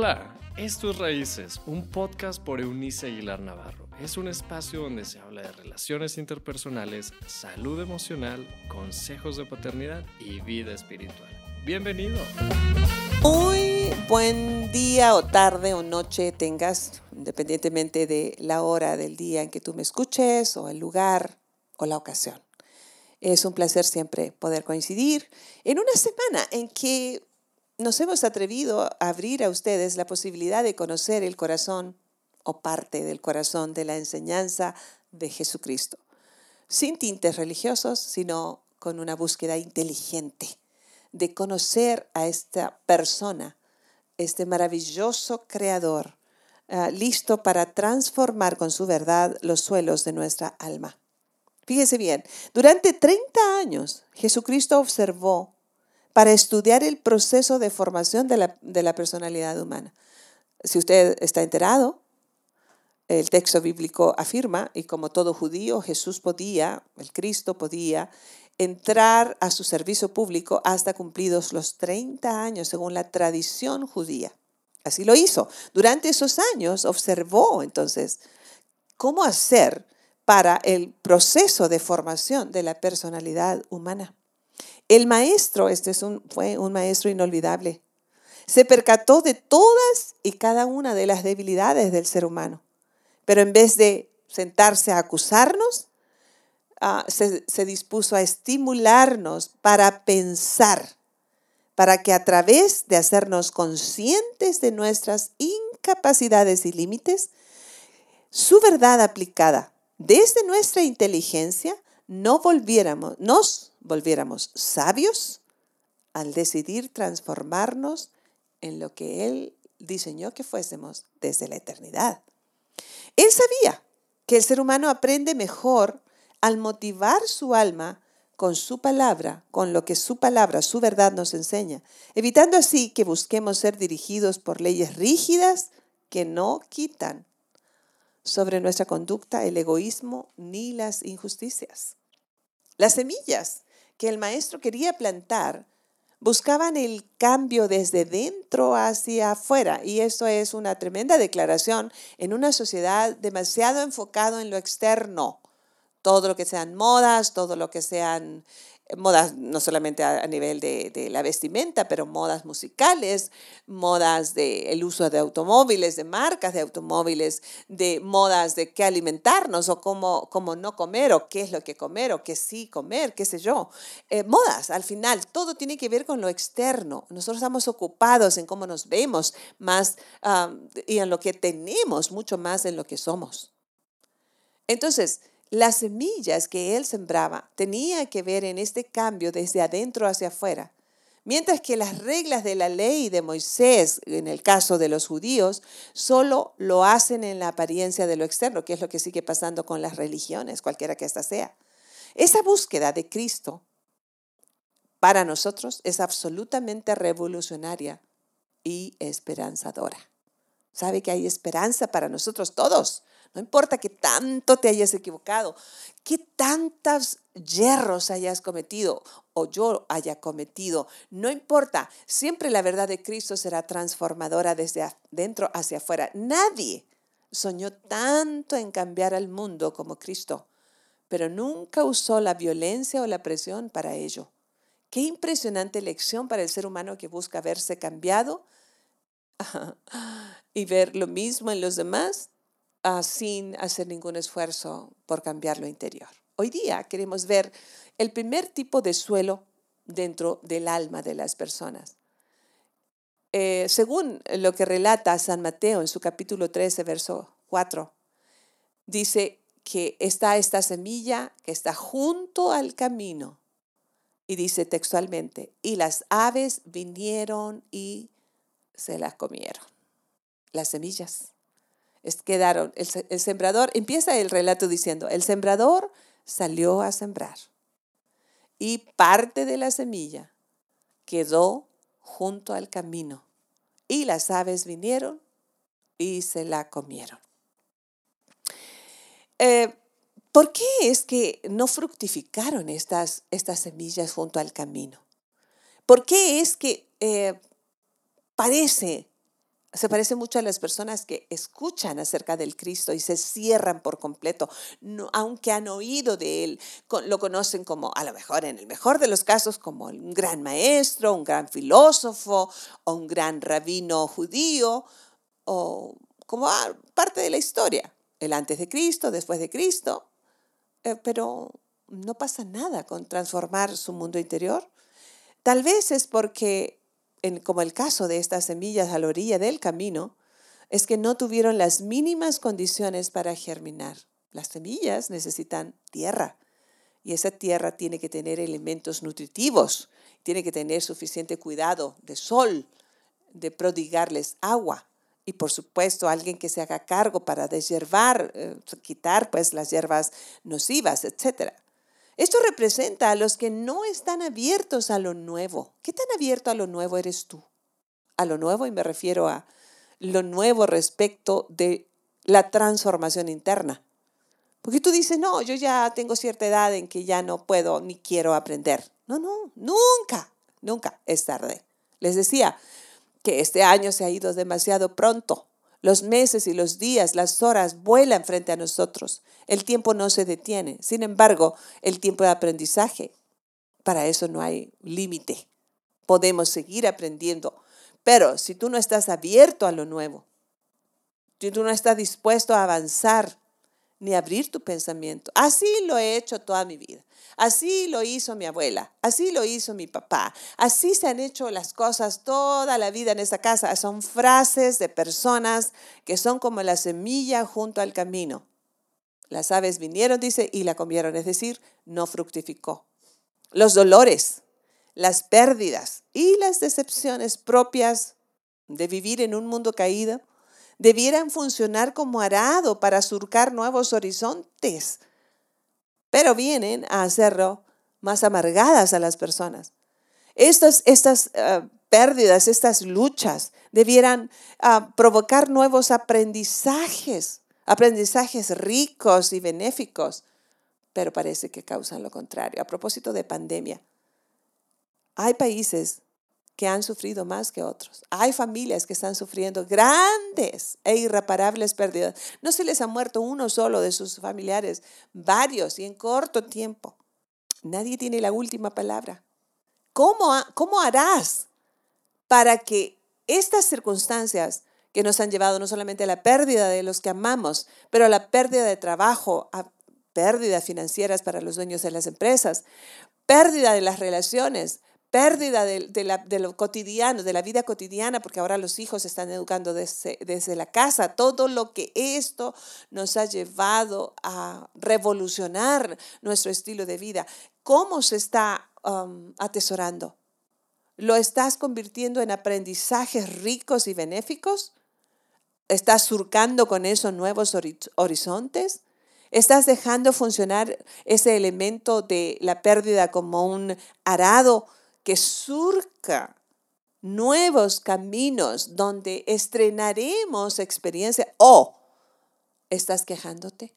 Hola, esto es Raíces, un podcast por Eunice Aguilar Navarro. Es un espacio donde se habla de relaciones interpersonales, salud emocional, consejos de paternidad y vida espiritual. ¡Bienvenido! Muy buen día o tarde o noche tengas, independientemente de la hora del día en que tú me escuches o el lugar o la ocasión. Es un placer siempre poder coincidir en una semana en que nos hemos atrevido a abrir a ustedes la posibilidad de conocer el corazón o parte del corazón de la enseñanza de Jesucristo, sin tintes religiosos, sino con una búsqueda inteligente de conocer a esta persona, este maravilloso creador, listo para transformar con su verdad los suelos de nuestra alma. Fíjese bien, durante 30 años Jesucristo observó para estudiar el proceso de formación de la personalidad humana. Si usted está enterado, el texto bíblico afirma, y como todo judío, Jesús podía, el Cristo podía, entrar a su servicio público hasta cumplidos los 30 años, según la tradición judía. Así lo hizo. Durante esos años observó entonces cómo hacer para el proceso de formación de la personalidad humana. El maestro, fue un maestro inolvidable. Se percató de todas y cada una de las debilidades del ser humano. Pero en vez de sentarse a acusarnos, se dispuso a estimularnos para pensar, para que a través de hacernos conscientes de nuestras incapacidades y límites, su verdad aplicada desde nuestra inteligencia, nos volviéramos sabios al decidir transformarnos en lo que Él diseñó que fuésemos desde la eternidad. Él sabía que el ser humano aprende mejor al motivar su alma con su palabra, con lo que su palabra, su verdad nos enseña, evitando así que busquemos ser dirigidos por leyes rígidas que no quitan sobre nuestra conducta el egoísmo ni las injusticias. Las semillas que el maestro quería plantar buscaban el cambio desde dentro hacia afuera, y esto es una tremenda declaración en una sociedad demasiado enfocada en lo externo. Todo lo que sean modas, todo lo que sean modas no solamente a nivel de la vestimenta, pero modas musicales, modas del uso de automóviles, de marcas de automóviles, de modas de qué alimentarnos o cómo no comer o qué es lo que comer o qué sí comer, qué sé yo. Modas, al final, todo tiene que ver con lo externo. Nosotros estamos ocupados en cómo nos vemos más y en lo que tenemos, mucho más en lo que somos. Entonces, las semillas que él sembraba tenían que ver en este cambio desde adentro hacia afuera. Mientras que las reglas de la ley de Moisés, en el caso de los judíos, solo lo hacen en la apariencia de lo externo, que es lo que sigue pasando con las religiones, cualquiera que ésta sea. Esa búsqueda de Cristo para nosotros es absolutamente revolucionaria y esperanzadora. ¿Sabe que hay esperanza para nosotros todos? No importa que tanto te hayas equivocado, que tantos yerros hayas cometido o yo haya cometido, no importa, siempre la verdad de Cristo será transformadora desde adentro hacia afuera. Nadie soñó tanto en cambiar al mundo como Cristo, pero nunca usó la violencia o la presión para ello. Qué impresionante lección para el ser humano que busca verse cambiado y ver lo mismo en los demás sin hacer ningún esfuerzo por cambiar lo interior. Hoy día queremos ver el primer tipo de suelo dentro del alma de las personas. Según lo que relata San Mateo en su capítulo 13, verso 4, dice que está esta semilla que está junto al camino y dice textualmente, y las aves vinieron y se las comieron. Las semillas. Quedaron, el sembrador, empieza el relato diciendo, el sembrador salió a sembrar y parte de la semilla quedó junto al camino y las aves vinieron y se la comieron. ¿Por qué es que no fructificaron estas semillas junto al camino? ¿Por qué es que parece Se parece mucho a las personas que escuchan acerca del Cristo y se cierran por completo, no, aunque han oído de Él, lo conocen como, a lo mejor, en el mejor de los casos, como un gran maestro, un gran filósofo o un gran rabino judío, o como parte de la historia, el antes de Cristo, después de Cristo, pero no pasa nada con transformar su mundo interior. Tal vez es porque, como el caso de estas semillas a la orilla del camino, es que no tuvieron las mínimas condiciones para germinar. Las semillas necesitan tierra y esa tierra tiene que tener elementos nutritivos, tiene que tener suficiente cuidado de sol, de prodigarles agua y por supuesto alguien que se haga cargo para deshiervar, quitar pues las hierbas nocivas, etc. Esto representa a los que no están abiertos a lo nuevo. ¿Qué tan abierto a lo nuevo eres tú? A lo nuevo, y me refiero a lo nuevo respecto de la transformación interna. Porque tú dices, no, yo ya tengo cierta edad en que ya no puedo ni quiero aprender. No, nunca es tarde. Les decía que este año se ha ido demasiado pronto. Los meses y los días, las horas vuelan frente a nosotros. El tiempo no se detiene. Sin embargo, el tiempo de aprendizaje, para eso no hay límite. Podemos seguir aprendiendo. Pero si tú no estás abierto a lo nuevo, si tú no estás dispuesto a avanzar, ni abrir tu pensamiento. Así lo he hecho toda mi vida. Así lo hizo mi abuela. Así lo hizo mi papá. Así se han hecho las cosas toda la vida en esta casa. Son frases de personas que son como la semilla junto al camino. Las aves vinieron, dice, y la comieron. Es decir, no fructificó. Los dolores, las pérdidas y las decepciones propias de vivir en un mundo caído debieran funcionar como arado para surcar nuevos horizontes, pero vienen a hacerlo más amargadas a las personas. Estas pérdidas, estas luchas, debieran provocar nuevos aprendizajes ricos y benéficos, pero parece que causan lo contrario. A propósito de pandemia, hay países que han sufrido más que otros. Hay familias que están sufriendo grandes e irreparables pérdidas. No se les ha muerto uno solo de sus familiares, varios y en corto tiempo. Nadie tiene la última palabra. ¿Cómo harás para que estas circunstancias que nos han llevado no solamente a la pérdida de los que amamos, pero a la pérdida de trabajo, a pérdidas financieras para los dueños de las empresas, pérdida de las relaciones, pérdida de lo cotidiano, de la vida cotidiana, porque ahora los hijos se están educando desde la casa. Todo lo que esto nos ha llevado a revolucionar nuestro estilo de vida. ¿Cómo se está atesorando? ¿Lo estás convirtiendo en aprendizajes ricos y benéficos? ¿Estás surcando con eso nuevos horizontes? ¿Estás dejando funcionar ese elemento de la pérdida como un arado que surca nuevos caminos donde estrenaremos experiencia? ¿O estás quejándote?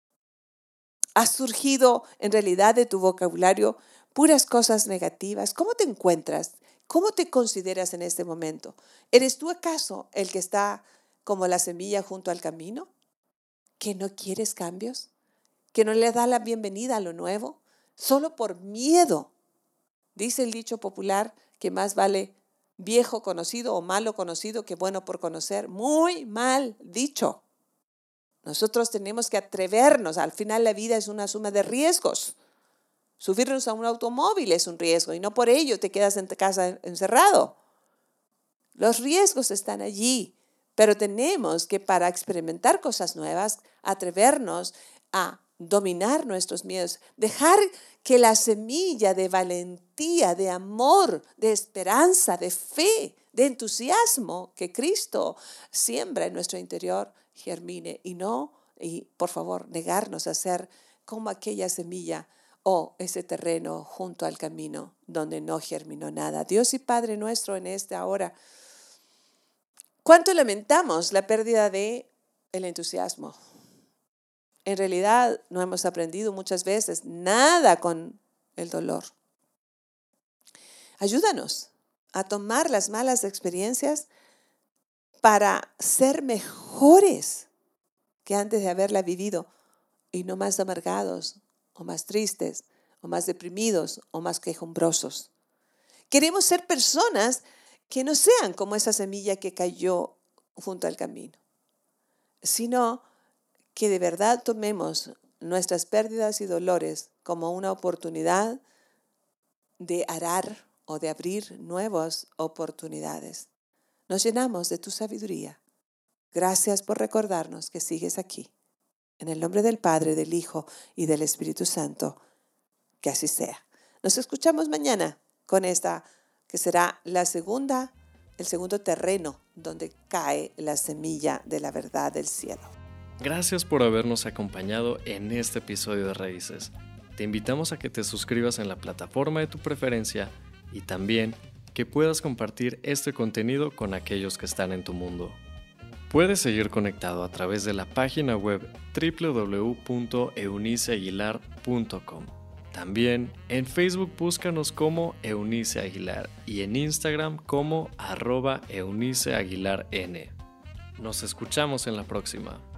¿Ha surgido en realidad de tu vocabulario puras cosas negativas? ¿Cómo te encuentras? ¿Cómo te consideras en este momento? ¿Eres tú acaso el que está como la semilla junto al camino? ¿Que no quieres cambios? ¿Que no le da la bienvenida a lo nuevo? Solo por miedo. Dice el dicho popular que más vale viejo conocido o malo conocido que bueno por conocer. Muy mal dicho. Nosotros tenemos que atrevernos. Al final la vida es una suma de riesgos. Subirnos a un automóvil es un riesgo y no por ello te quedas en tu casa encerrado. Los riesgos están allí, pero tenemos que, para experimentar cosas nuevas, atrevernos a dominar nuestros miedos, dejar que la semilla de valentía, de amor, de esperanza, de fe, de entusiasmo que Cristo siembra en nuestro interior germine y por favor, negarnos a ser como aquella semilla o ese terreno junto al camino donde no germinó nada. Dios y Padre nuestro, en esta hora, ¿cuánto lamentamos la pérdida del entusiasmo? En realidad no hemos aprendido muchas veces nada con el dolor. Ayúdanos a tomar las malas experiencias para ser mejores que antes de haberla vivido y no más amargados o más tristes o más deprimidos o más quejumbrosos. Queremos ser personas que no sean como esa semilla que cayó junto al camino, sino que de verdad tomemos nuestras pérdidas y dolores como una oportunidad de arar o de abrir nuevas oportunidades. Nos llenamos de tu sabiduría. Gracias por recordarnos que sigues aquí. En el nombre del Padre, del Hijo y del Espíritu Santo, que así sea. Nos escuchamos mañana con esta que será el segundo terreno donde cae la semilla de la verdad del cielo. Gracias por habernos acompañado en este episodio de Raíces. Te invitamos a que te suscribas en la plataforma de tu preferencia y también que puedas compartir este contenido con aquellos que están en tu mundo. Puedes seguir conectado a través de la página web www.euniceaguilar.com. También en Facebook búscanos como Eunice Aguilar y en Instagram como @EuniceAguilarN. Nos escuchamos en la próxima.